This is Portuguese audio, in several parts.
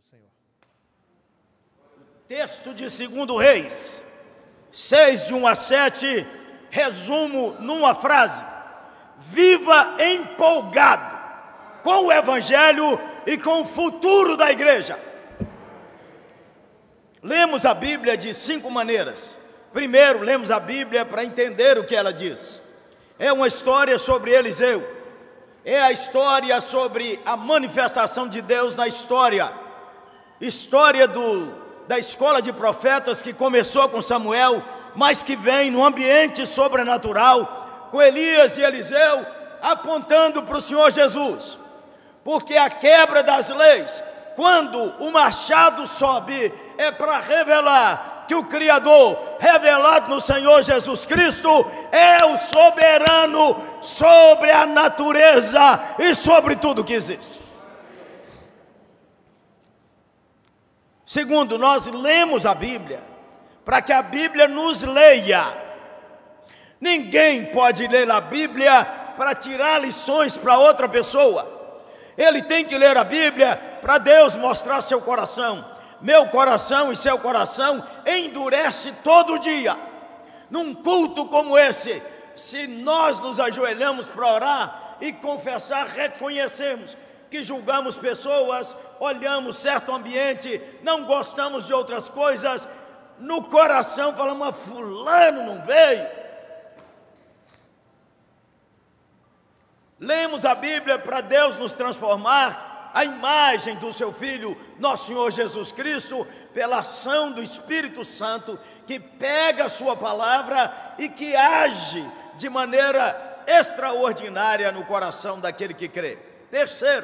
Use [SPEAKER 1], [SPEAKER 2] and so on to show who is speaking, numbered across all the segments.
[SPEAKER 1] Senhor.
[SPEAKER 2] Texto de 2 Reis, 6, de 1 a 7, resumo numa frase: viva empolgado com o Evangelho e com o futuro da igreja. Lemos a Bíblia de 5 maneiras. Primeiro, lemos a Bíblia para entender o que ela diz. É uma história sobre Eliseu. É a história sobre a manifestação de Deus na história. História da escola de profetas que começou com Samuel, mas que vem no ambiente sobrenatural, com Elias e Eliseu, apontando para o Senhor Jesus. Porque a quebra das leis, quando o machado sobe, é para revelar que o Criador, revelado no Senhor Jesus Cristo, é o soberano sobre a natureza e sobre tudo que existe. Segundo, nós lemos a Bíblia para que a Bíblia nos leia. Ninguém pode ler a Bíblia para tirar lições para outra pessoa. Ele tem que ler a Bíblia para Deus mostrar seu coração. Meu coração e seu coração endurece todo dia. Num culto como esse, se nós nos ajoelhamos para orar e confessar, reconhecemos que julgamos pessoas, olhamos certo ambiente, não gostamos de outras coisas, no coração falamos: mas fulano não veio. Lemos a Bíblia para Deus nos transformar a imagem do seu Filho, nosso Senhor Jesus Cristo, pela ação do Espírito Santo, que pega a sua palavra e que age de maneira extraordinária no coração daquele que crê. Terceiro,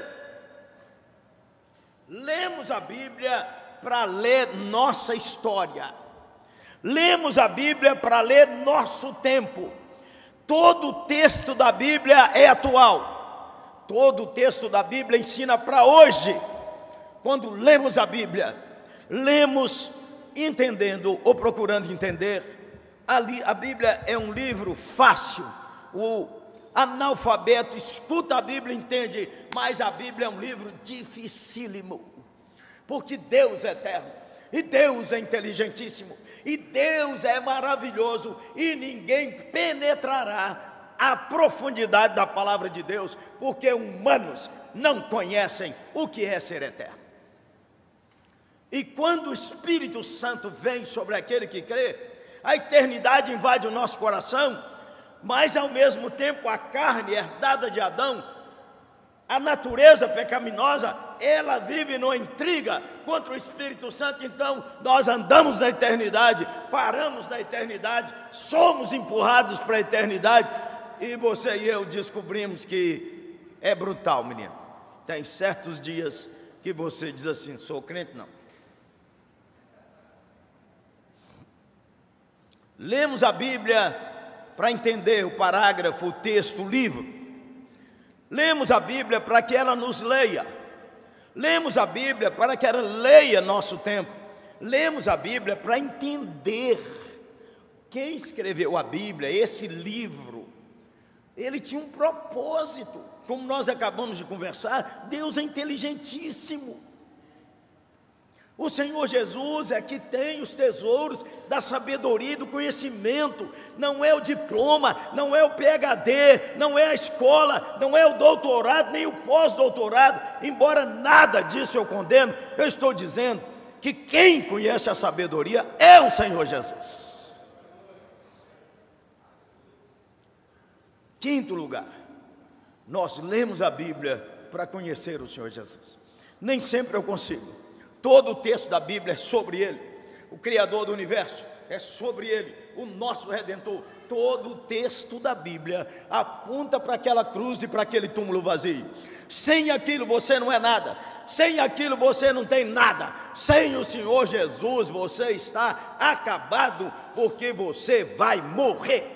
[SPEAKER 2] lemos a Bíblia para ler nossa história. Lemos a Bíblia para ler nosso tempo. Todo o texto da Bíblia é atual. Todo o texto da Bíblia ensina para hoje. Quando lemos a Bíblia, lemos entendendo ou procurando entender. A Bíblia é um livro fácil. O analfabeto escuta a Bíblia e entende, mas a Bíblia é um livro dificílimo, porque Deus é eterno, e Deus é inteligentíssimo, e Deus é maravilhoso, e ninguém penetrará a profundidade da palavra de Deus, porque humanos não conhecem o que é ser eterno. E quando o Espírito Santo vem sobre aquele que crê, a eternidade invade o nosso coração, mas ao mesmo tempo a carne herdada de Adão, a natureza pecaminosa, ela vive numa intriga contra o Espírito Santo. Então nós andamos na eternidade, paramos na eternidade, somos empurrados para a eternidade. E você e eu descobrimos que é brutal, menino. Tem certos dias que você diz assim: sou crente? Não. Lemos a Bíblia para entender o parágrafo, o texto, o livro. Lemos a Bíblia para que ela nos leia. Lemos a Bíblia para que ela leia nosso tempo. Lemos a Bíblia para entender. Quem escreveu a Bíblia, esse livro, ele tinha um propósito. Como nós acabamos de conversar, Deus é inteligentíssimo. O Senhor Jesus é que tem os tesouros da sabedoria e do conhecimento. Não é o diploma, não é o PhD, não é a escola, não é o doutorado, nem o pós-doutorado. Embora nada disso eu condeno, eu estou dizendo que quem conhece a sabedoria é o Senhor Jesus. Quinto lugar, nós lemos a Bíblia para conhecer o Senhor Jesus. Nem sempre eu consigo. Todo o texto da Bíblia é sobre Ele. O Criador do universo é sobre Ele, o nosso Redentor. Todo o texto da Bíblia aponta para aquela cruz e para aquele túmulo vazio. Sem aquilo você não é nada. Sem aquilo você não tem nada. Sem o Senhor Jesus você está acabado, porque você vai morrer.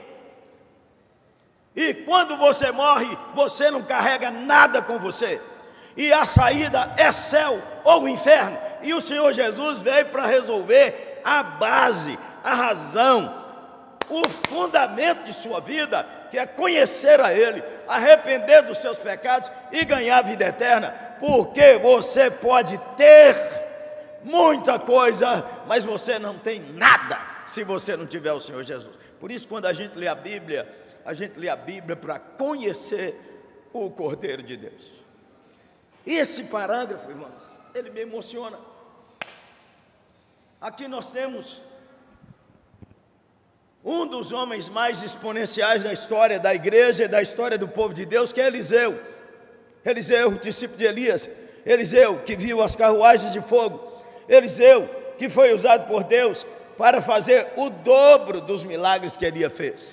[SPEAKER 2] E quando você morre, você não carrega nada com você. E a saída é céu ou inferno. E o Senhor Jesus veio para resolver a base, a razão, o fundamento de sua vida, que é conhecer a Ele, arrepender dos seus pecados e ganhar a vida eterna. Porque você pode ter muita coisa, mas você não tem nada se você não tiver o Senhor Jesus. Por isso, quando a gente lê a Bíblia para conhecer o Cordeiro de Deus. Esse parágrafo, irmãos, ele me emociona. Aqui nós temos um dos homens mais exponenciais da história da igreja e da história do povo de Deus, que é Eliseu. Eliseu, discípulo de Elias. Eliseu, que viu as carruagens de fogo. Eliseu, que foi usado por Deus para fazer o dobro dos milagres que Elias fez.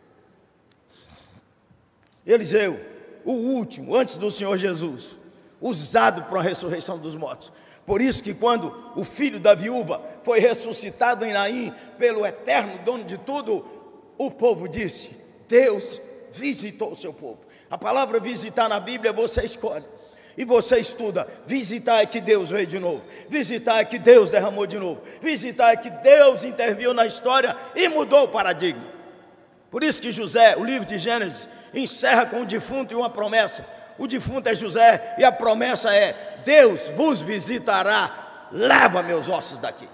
[SPEAKER 2] Eliseu, o último, antes do Senhor Jesus, usado para a ressurreição dos mortos. Por isso que quando o filho da viúva foi ressuscitado em Naim pelo eterno dono de tudo, o povo disse: Deus visitou o seu povo. A palavra visitar na Bíblia você escolhe e você estuda. Visitar é que Deus veio de novo, visitar é que Deus derramou de novo, visitar é que Deus interviu na história e mudou o paradigma. Por isso que José, o livro de Gênesis, encerra com o defunto e uma promessa. O defunto é José e a promessa é: Deus vos visitará, leva meus ossos daqui.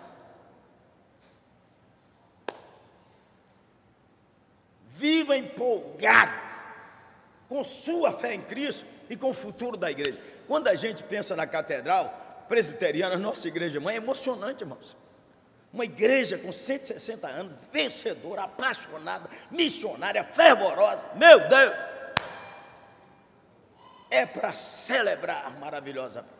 [SPEAKER 2] Viva empolgado com sua fé em Cristo e com o futuro da igreja. Quando a gente pensa na catedral presbiteriana, nossa igreja mãe, é emocionante, irmãos. Uma igreja com 160 anos, vencedora, apaixonada, missionária, fervorosa. Meu Deus! É para celebrar maravilhosamente.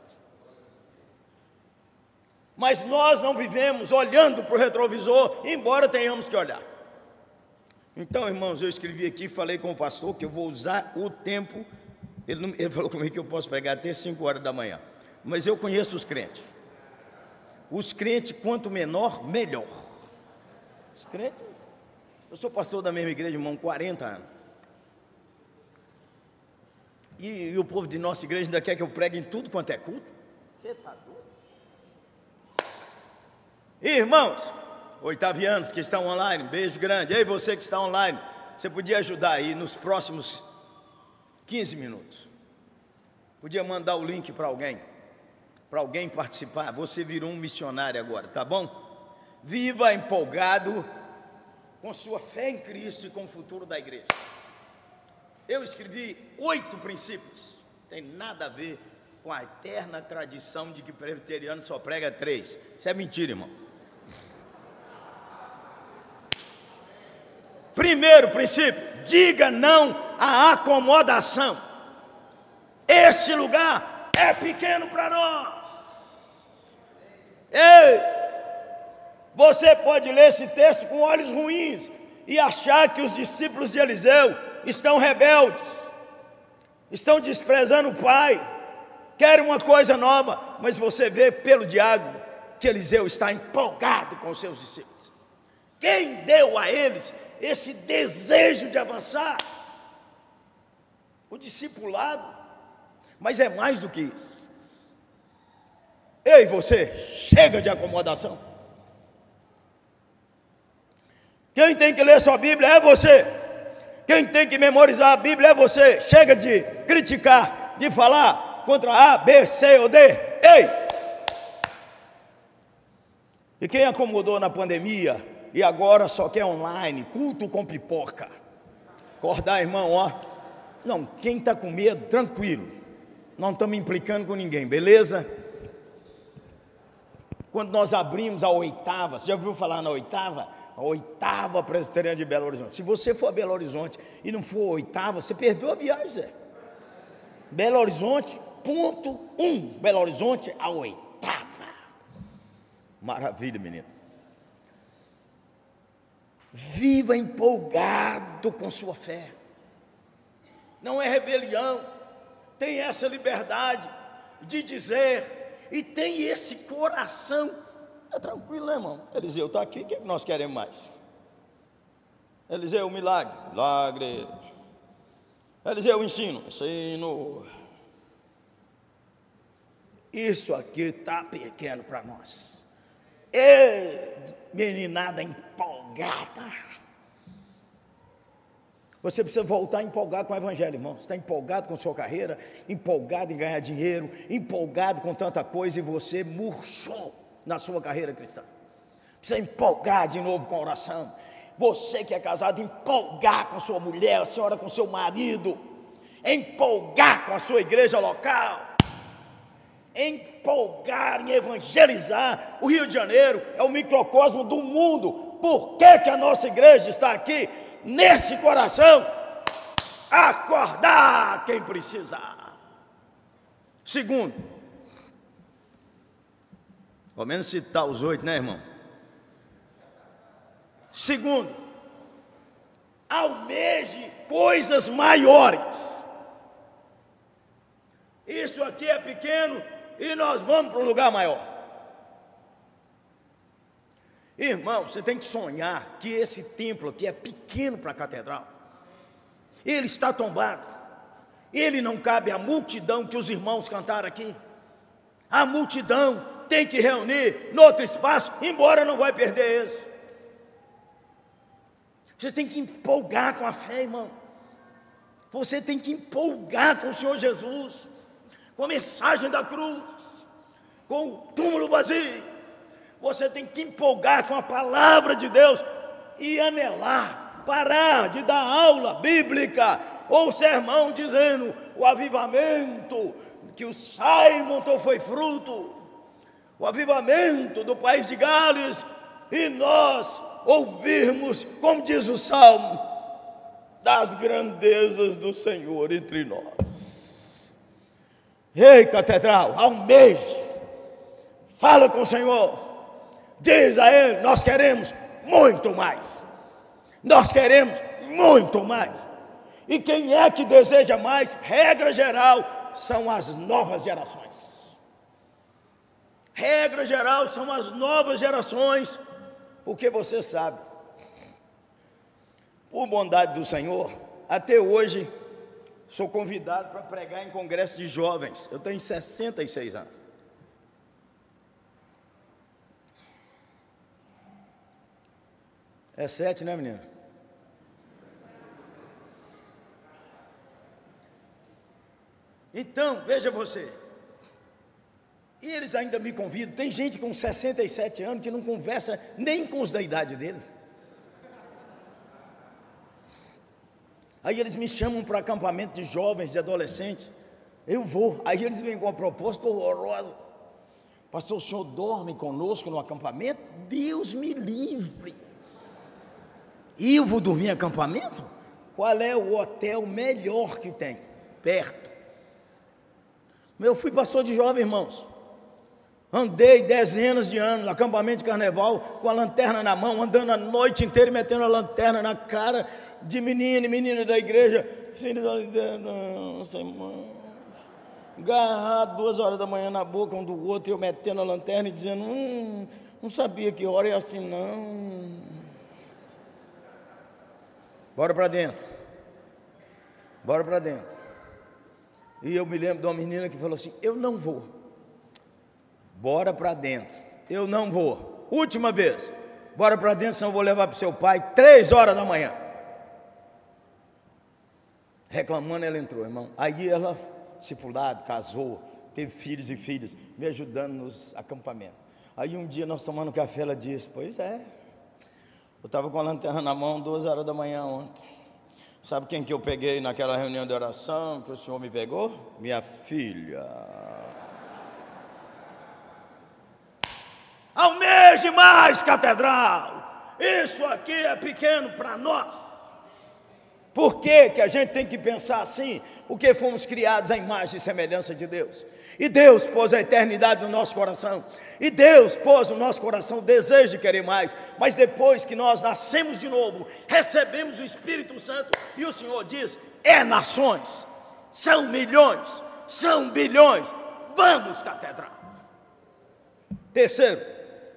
[SPEAKER 2] Mas nós não vivemos olhando para o retrovisor, embora tenhamos que olhar. Então, irmãos, eu escrevi aqui, falei com o pastor que eu vou usar o tempo. Ele falou comigo que eu posso pregar até 5 horas da manhã. Mas eu conheço os crentes. Os crentes, quanto menor, melhor. Os crentes, eu sou pastor da mesma igreja, irmão, 40 anos. E o povo de nossa igreja ainda quer que eu pregue em tudo quanto é culto. Você está doido? Irmãos, oitavianos que estão online, beijo grande. Ei, você que está online, você podia ajudar aí nos próximos 15 minutos. Podia mandar o link para alguém participar. Você virou um missionário agora, tá bom? Viva empolgado com sua fé em Cristo e com o futuro da igreja. Eu escrevi 8 princípios, tem nada a ver com a eterna tradição de que presbiteriano só prega 3. Isso é mentira, irmão. Primeiro princípio: diga não à acomodação. Este lugar é pequeno para nós. Ei, você pode ler esse texto com olhos ruins e achar que os discípulos de Eliseu estão rebeldes, estão desprezando o Pai, querem uma coisa nova, mas você vê pelo diálogo que Eliseu está empolgado com os seus discípulos. Quem deu a eles esse desejo de avançar? O discipulado. Mas é mais do que isso. Ei, você, chega de acomodação. Quem tem que ler sua Bíblia é você. Quem tem que memorizar a Bíblia é você. Chega de criticar, de falar contra A, B, C ou D. Ei! E quem acomodou na pandemia e agora só quer online, culto com pipoca. Acordar, irmão, ó. Não, quem está com medo, tranquilo. Não estamos implicando com ninguém, beleza? Quando nós abrimos a 8ª, você já ouviu falar na 8ª? A 8ª presbiteriana de Belo Horizonte. Se você for a Belo Horizonte e não for a 8ª, você perdeu a viagem, Zé. Belo Horizonte, ponto 1. Belo Horizonte, a 8ª. Maravilha, menino. Viva empolgado com sua fé. Não é rebelião. Tem essa liberdade de dizer e tem esse coração. É tranquilo, né, irmão? Eliseu está aqui, o que nós queremos mais? Eliseu, milagre. Eliseu, ensino. Isso aqui está pequeno para nós. Meninada empolgada. Você precisa voltar empolgado com o evangelho, irmão. Você está empolgado com sua carreira, empolgado em ganhar dinheiro, empolgado com tanta coisa, e você murchou na sua carreira cristã. Precisa empolgar de novo com a oração. Você que é casado, empolgar com sua mulher, a senhora com seu marido, empolgar com a sua igreja local, empolgar em evangelizar. O Rio de Janeiro é o microcosmo do mundo. Por que que a nossa igreja está aqui, nesse coração? Acordar quem precisar. Segundo, ao menos citar os 8, né, irmão? Segundo, almeje coisas maiores. Isso aqui é pequeno e nós vamos para um lugar maior. Irmão, você tem que sonhar que esse templo aqui é pequeno para a catedral. Ele está tombado. Ele não cabe à multidão que os irmãos cantaram aqui. A multidão tem que reunir no outro espaço, embora não vai perder esse. Você tem que empolgar com a fé, irmão. Você tem que empolgar com o Senhor Jesus, com a mensagem da cruz, com o túmulo vazio. Você tem que empolgar com a palavra de Deus e anelar, parar de dar aula bíblica ou sermão dizendo o avivamento que o Simonton foi fruto, o avivamento do país de Gales, e nós ouvirmos, como diz o Salmo, das grandezas do Senhor entre nós. Ei, catedral, almeje, fala com o Senhor, diz a Ele: nós queremos muito mais, nós queremos muito mais. E quem é que deseja mais? Regra geral, são as novas gerações. Regra geral, são as novas gerações, porque você sabe, por bondade do Senhor, até hoje, sou convidado para pregar em congresso de jovens. Eu tenho 66 anos. É 7, né, menina? Então, veja você, e eles ainda me convidam. Tem gente com 67 anos que não conversa nem com os da idade dele. Aí eles me chamam para acampamento de jovens, de adolescentes. Eu vou. Aí eles vêm com uma proposta horrorosa: pastor, o senhor dorme conosco no acampamento? Deus me livre. E eu vou dormir em acampamento? Qual é o hotel melhor que tem? Perto. Eu fui pastor de jovem, irmãos. Andei dezenas de anos no acampamento de carnaval, com a lanterna na mão, andando a noite inteira, metendo a lanterna na cara de menino e menina da igreja, filhos da liderança, irmãos, agarrado 2 horas da manhã na boca um do outro, e eu metendo a lanterna e dizendo: não sabia que hora é assim, não. Bora para dentro. Bora para dentro. E eu me lembro de uma menina que falou assim: eu não vou. Bora para dentro. Eu não vou. Última vez. Bora para dentro, senão eu vou levar para o seu pai 3 horas da manhã. Reclamando, ela entrou, irmão. Aí ela, discipulado, casou, teve filhos e filhas, me ajudando nos acampamentos. Aí um dia nós tomando café, ela disse: pois é, eu estava com a lanterna na mão 2 horas da manhã ontem. Sabe quem que eu peguei naquela reunião de oração que o senhor me pegou? Minha filha. Almeje mais, catedral. Isso aqui é pequeno para nós. Por que que a gente tem que pensar assim? Porque fomos criados à imagem e semelhança de Deus. E Deus pôs a eternidade no nosso coração. E Deus pôs no nosso coração o desejo de querer mais. Mas depois que nós nascemos de novo, recebemos o Espírito Santo, e o Senhor diz: é nações, são milhões, são bilhões. Vamos, catedral. Terceiro,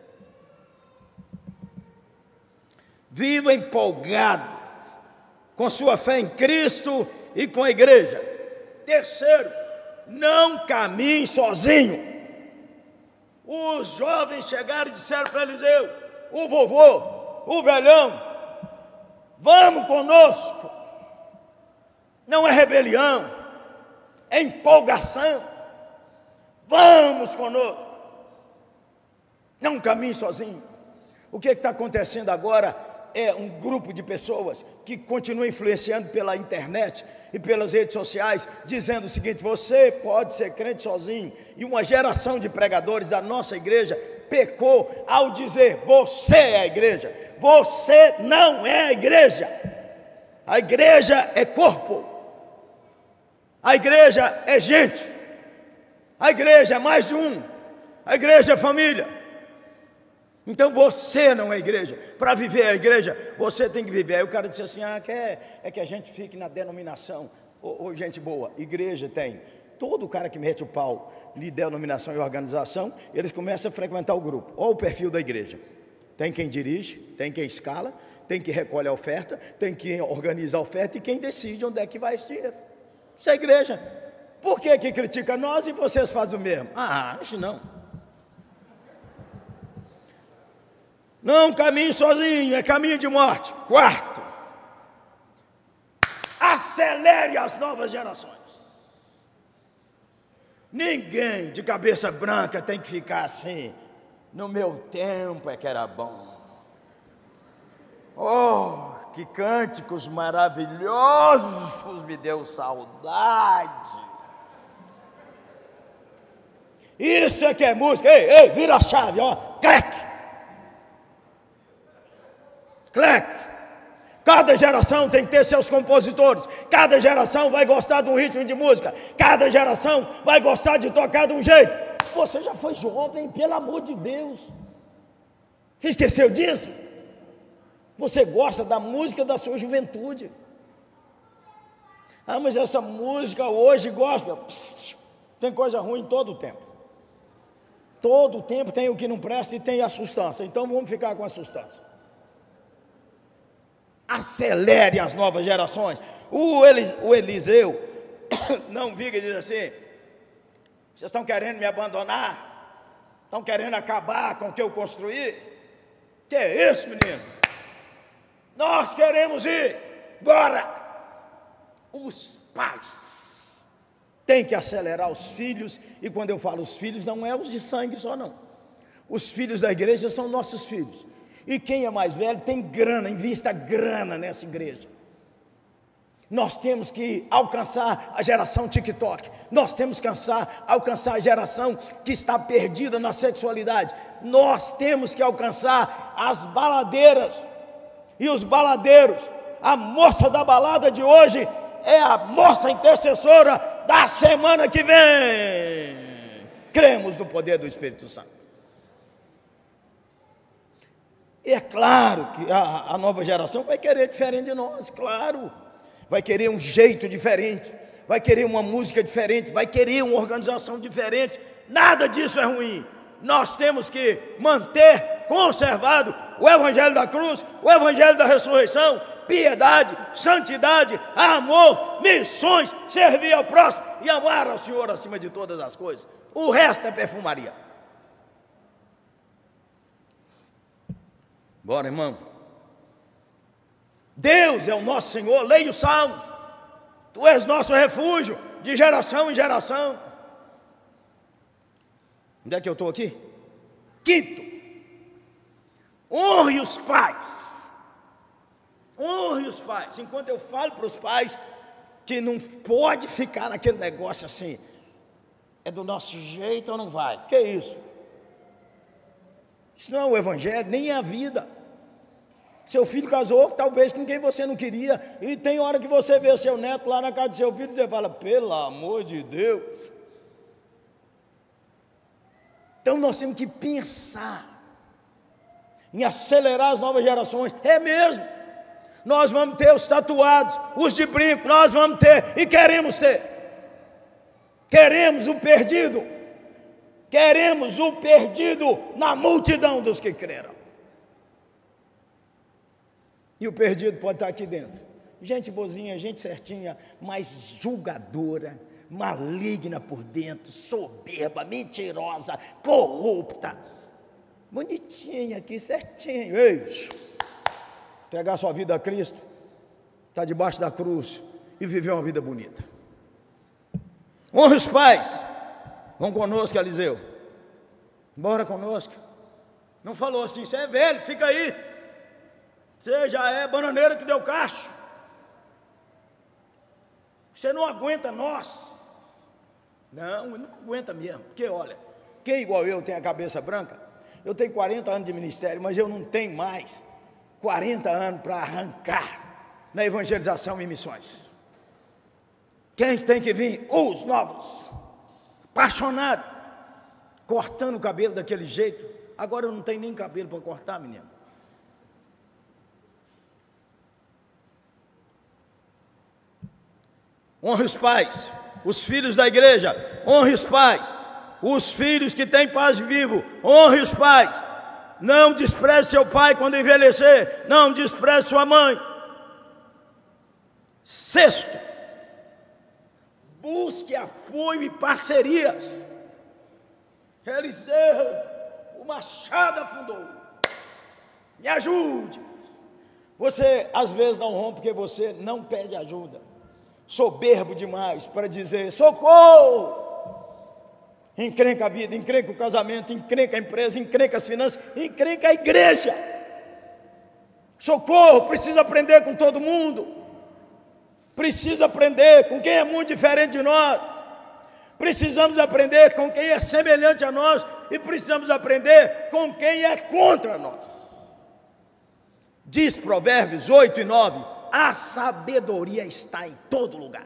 [SPEAKER 2] viva empolgado com sua fé em Cristo e com a igreja. Terceiro, não caminhe sozinho. Os jovens chegaram e disseram para Eliseu: o vovô, o velhão, vamos conosco. Não é rebelião, é empolgação. Vamos conosco. Não caminhe sozinho. O que está acontecendo agora é um grupo de pessoas que continua influenciando pela internet e pelas redes sociais, dizendo o seguinte: você pode ser crente sozinho. E uma geração de pregadores da nossa igreja pecou ao dizer: você é a igreja. Você não é a igreja. A igreja é corpo. A igreja é gente. A igreja é mais de um. A igreja é família. Então você não é igreja. Para viver a igreja, você tem que viver. Aí o cara disse assim: é que a gente fique na denominação. Ô, gente boa, igreja tem. Todo cara que mete o pau de denominação e organização, eles começam a frequentar o grupo. Olha o perfil da igreja. Tem quem dirige, tem quem escala, tem quem recolhe a oferta, tem quem organiza a oferta e quem decide onde é que vai esse dinheiro. Isso é igreja. Por que critica nós e vocês fazem o mesmo? Acho não. Não caminhe sozinho, é caminho de morte. Quarto, acelere as novas gerações. Ninguém de cabeça branca tem que ficar assim: no meu tempo é que era bom. Oh, que cânticos maravilhosos, me deu saudade. Isso é que é música. Ei, vira a chave, ó, cleque. Cleque. Cada geração tem que ter seus compositores. Cada geração vai gostar de um ritmo de música. Cada geração vai gostar de tocar de um jeito. Você já foi jovem, pelo amor de Deus. Você esqueceu disso? Você gosta da música da sua juventude. Mas essa música hoje gospel, tem coisa ruim todo o tempo. Todo o tempo tem o que não presta e tem a sustância. Então vamos ficar com a sustância. Acelere as novas gerações. O Eliseu não viga e diz assim: vocês estão querendo me abandonar? Estão querendo acabar com o que eu construí? Que é isso, menino? Nós queremos ir. Bora! Os pais têm que acelerar os filhos. E quando eu falo os filhos, não é os de sangue só não. Os filhos da igreja são nossos filhos. E quem é mais velho tem grana, invista grana nessa igreja. Nós temos que alcançar a geração TikTok. Nós temos que alcançar a geração que está perdida na sexualidade. Nós temos que alcançar as baladeiras e os baladeiros. A moça da balada de hoje é a moça intercessora da semana que vem. Cremos no poder do Espírito Santo. E é claro que a nova geração vai querer diferente de nós, claro. Vai querer um jeito diferente, vai querer uma música diferente, vai querer uma organização diferente. Nada disso é ruim. Nós temos que manter conservado o Evangelho da cruz, o Evangelho da ressurreição, piedade, santidade, amor, missões, servir ao próximo e amar ao Senhor acima de todas as coisas. O resto é perfumaria. Bora, irmão. Deus é o nosso Senhor. Leia o Salmo. Tu és nosso refúgio de geração em geração. Onde é que eu estou aqui? Quinto, honre os pais. Honre os pais. Enquanto eu falo para os pais que não pode ficar naquele negócio assim: é do nosso jeito ou não vai? Que isso? Isso não é o Evangelho, nem é a vida. Seu filho casou, talvez com quem você não queria, e tem hora que você vê seu neto lá na casa do seu filho e você fala: pelo amor de Deus. Então nós temos que pensar em acelerar as novas gerações. É mesmo. Nós vamos ter os tatuados, os de brinco, nós vamos ter e queremos ter. Queremos o perdido. Queremos o perdido na multidão dos que creram. E o perdido pode estar aqui dentro. Gente boazinha, gente certinha, mas julgadora, maligna por dentro, soberba, mentirosa, corrupta. Bonitinha aqui, certinho. Ei, entregar sua vida a Cristo, está debaixo da cruz e viver uma vida bonita. Honra os pais. Vão conosco, Eliseu. Bora conosco. Não falou assim: você é velho, fica aí, você já é bananeiro que deu cacho, você não aguenta nós. Não aguenta mesmo, porque olha, quem igual eu tem a cabeça branca, eu tenho 40 anos de ministério, mas eu não tenho mais 40 anos para arrancar na evangelização e missões. Quem tem que vir? Os novos, apaixonados, cortando o cabelo daquele jeito. Agora eu não tenho nem cabelo para cortar, menino. Honre os pais, os filhos da igreja, honre os pais, os filhos que têm pais vivos, honre os pais. Não despreze seu pai quando envelhecer, não despreze sua mãe. Sexto, busque apoio e parcerias. Eliseu, o machado afundou, me ajude. Você às vezes não rompe porque você não pede ajuda, soberbo demais para dizer socorro. Encrenca a vida, encrenca o casamento, encrenca a empresa, encrenca as finanças, encrenca a igreja. Socorro, precisa aprender com todo mundo, precisa aprender com quem é muito diferente de nós, precisamos aprender com quem é semelhante a nós e precisamos aprender com quem é contra nós. Diz Provérbios 8 e 9, a sabedoria está em todo lugar.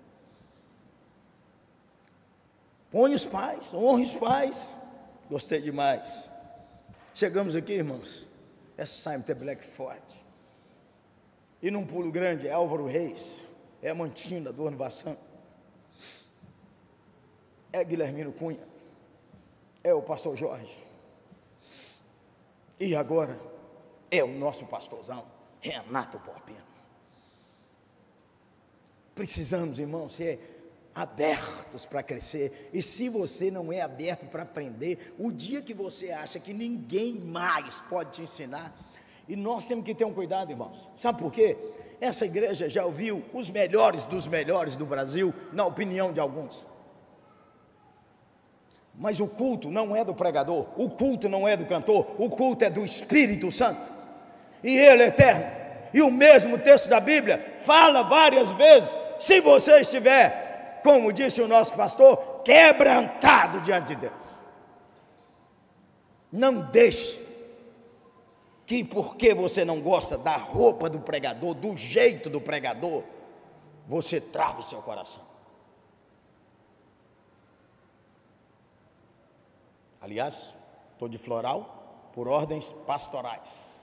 [SPEAKER 2] Põe os pais, honre os pais. Gostei demais. Chegamos aqui, irmãos, é Simon T. Blackford, e num pulo grande é Álvaro Reis, é Mantinho da Dor no Vação, é Guilhermino Cunha, é o pastor Jorge, e agora é o nosso pastorzão Renato Porpino. Precisamos, irmãos, ser abertos para crescer. E se você não é aberto para aprender, o dia que você acha que ninguém mais pode te ensinar, e nós temos que ter um cuidado, irmãos. Sabe por quê? Essa igreja já ouviu os melhores dos melhores do Brasil, na opinião de alguns. Mas o culto não é do pregador, o culto não é do cantor, o culto é do Espírito Santo, e Ele é eterno. E o mesmo texto da Bíblia fala várias vezes: se você estiver, como disse o nosso pastor, quebrantado diante de Deus, não deixe que, porque você não gosta da roupa do pregador, do jeito do pregador, você trave seu coração. Aliás, estou de floral por ordens pastorais.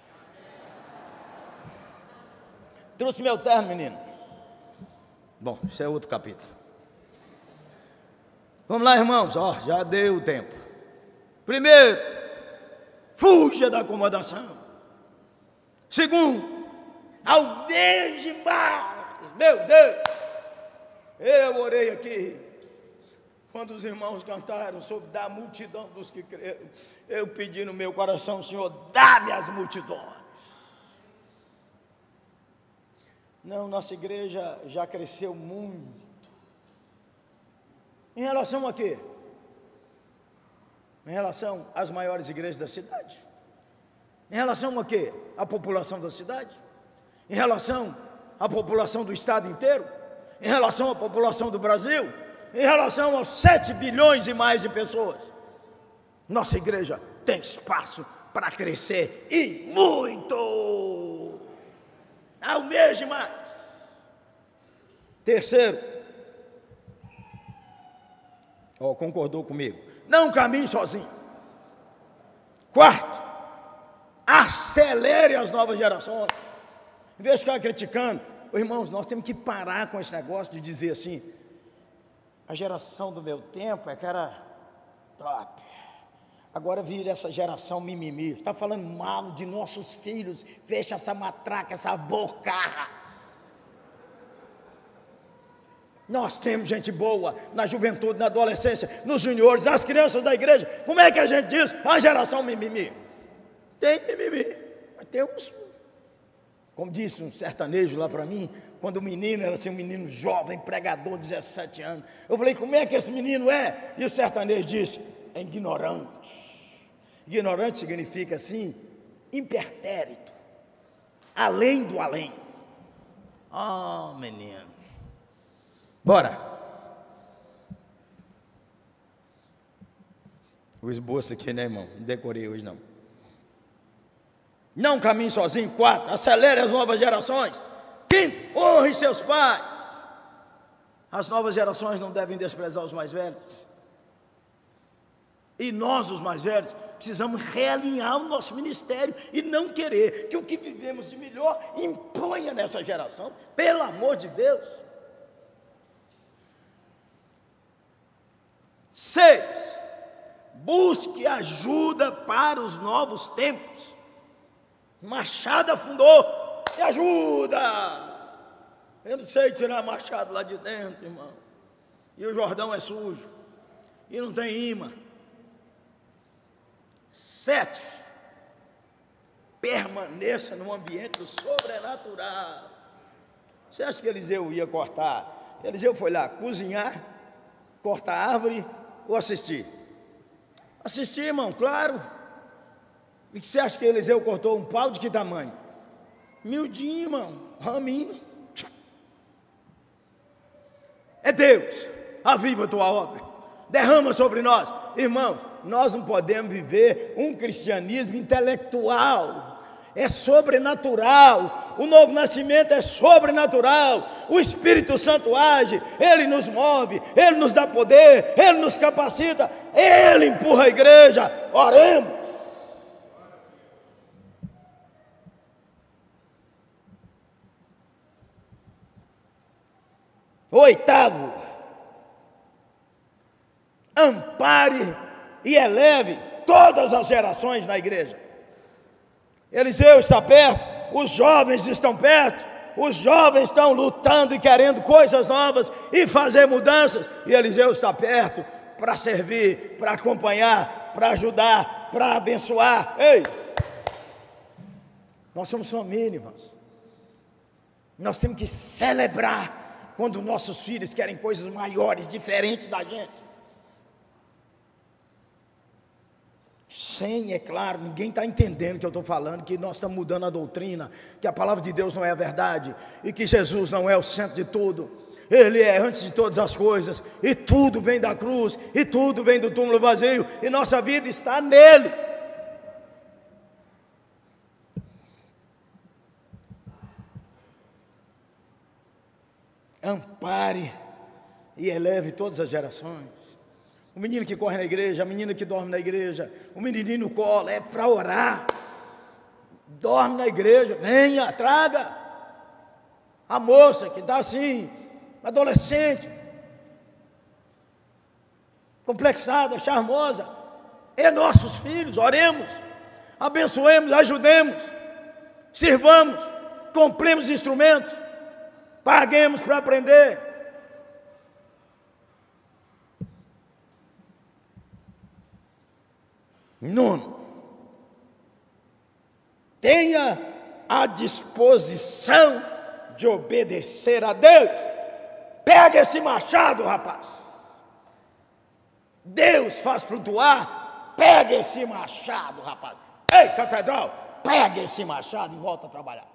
[SPEAKER 2] Trouxe meu terno, menino. Bom, isso é outro capítulo. Vamos lá, irmãos. Já deu o tempo. Primeiro, fuja da acomodação. Segundo, almeje mais. Meu Deus, eu orei aqui quando os irmãos cantaram sobre da multidão dos que creram. Eu pedi no meu coração: Senhor, dá-me as multidões. Não, nossa igreja já cresceu muito. Em relação a quê? Em relação às maiores igrejas da cidade. Em relação a quê? A população da cidade. Em relação à população do estado inteiro. Em relação à população do Brasil. Em relação aos 7 bilhões e mais de pessoas. Nossa igreja tem espaço para crescer, e muito. Almeje mais. Terceiro, concordou comigo, não caminhe sozinho. Quarto, acelere as novas gerações. Em vez de ficar criticando, irmãos, nós temos que parar com esse negócio de dizer assim: a geração do meu tempo é que era top, agora vira essa geração mimimi. Está falando mal de nossos filhos, fecha essa matraca, essa boca. Nós temos gente boa na juventude, na adolescência, nos juniores, nas crianças da igreja. Como é que a gente diz a geração mimimi? Tem mimimi, mas tem uns, como disse um sertanejo lá para mim, quando o menino era assim, um menino jovem, pregador, 17 anos. Eu falei: como é que esse menino é? E o sertanejo disse: é ignorante, Ignorante significa assim, impertérrito, além do além. Menino. Bora. O esboço aqui, né, irmão? Não decorei hoje, não. Não caminhe sozinho. 4, acelere as novas gerações. 5, honre seus pais. As novas gerações não devem desprezar os mais velhos. E nós, os mais velhos, precisamos realinhar o nosso ministério e não querer que o que vivemos de melhor imponha nessa geração, pelo amor de Deus. 6, busque ajuda para os novos tempos. Machado afundou, me ajuda. Eu não sei tirar machado lá de dentro, irmão. E o Jordão é sujo, e não tem imã. 7, permaneça no ambiente do sobrenatural. Você acha que Eliseu ia cortar? Eliseu foi lá cozinhar, cortar árvore ou assistir? Assistir, irmão, claro. E que você acha que Eliseu cortou um pau de que tamanho? Miudinho, irmão, raminho. É Deus, aviva a tua obra, derrama sobre nós. Irmãos, nós não podemos viver um cristianismo intelectual, é sobrenatural. O novo nascimento é sobrenatural. O Espírito Santo age, Ele nos move, Ele nos dá poder, Ele nos capacita, Ele empurra a igreja. Oremos. Oitavo, ampare e eleve todas as gerações na igreja. Eliseu está perto, os jovens estão perto, os jovens estão lutando e querendo coisas novas e fazer mudanças, e Eliseu está perto para servir, para acompanhar, para ajudar, para abençoar. Ei, nós somos família, irmãos. Nós temos que celebrar quando nossos filhos querem coisas maiores, diferentes da gente. É claro, ninguém está entendendo o que eu estou falando, que nós estamos mudando a doutrina, que a palavra de Deus não é a verdade, e que Jesus não é o centro de tudo. Ele é antes de todas as coisas, e tudo vem da cruz, e tudo vem do túmulo vazio, e nossa vida está nele. Ampare e eleve todas as gerações. O menino que corre na igreja, a menina que dorme na igreja, o menininho no colo, é para orar. Dorme na igreja, venha, traga. A moça que está assim, adolescente, complexada, charmosa, é nossos filhos. Oremos, abençoemos, ajudemos, sirvamos, compremos instrumentos, paguemos para aprender. Nono, tenha a disposição de obedecer a Deus. Pega esse machado, rapaz. Deus faz flutuar. Pega esse machado, rapaz. Ei, catedral, pega esse machado e volta a trabalhar.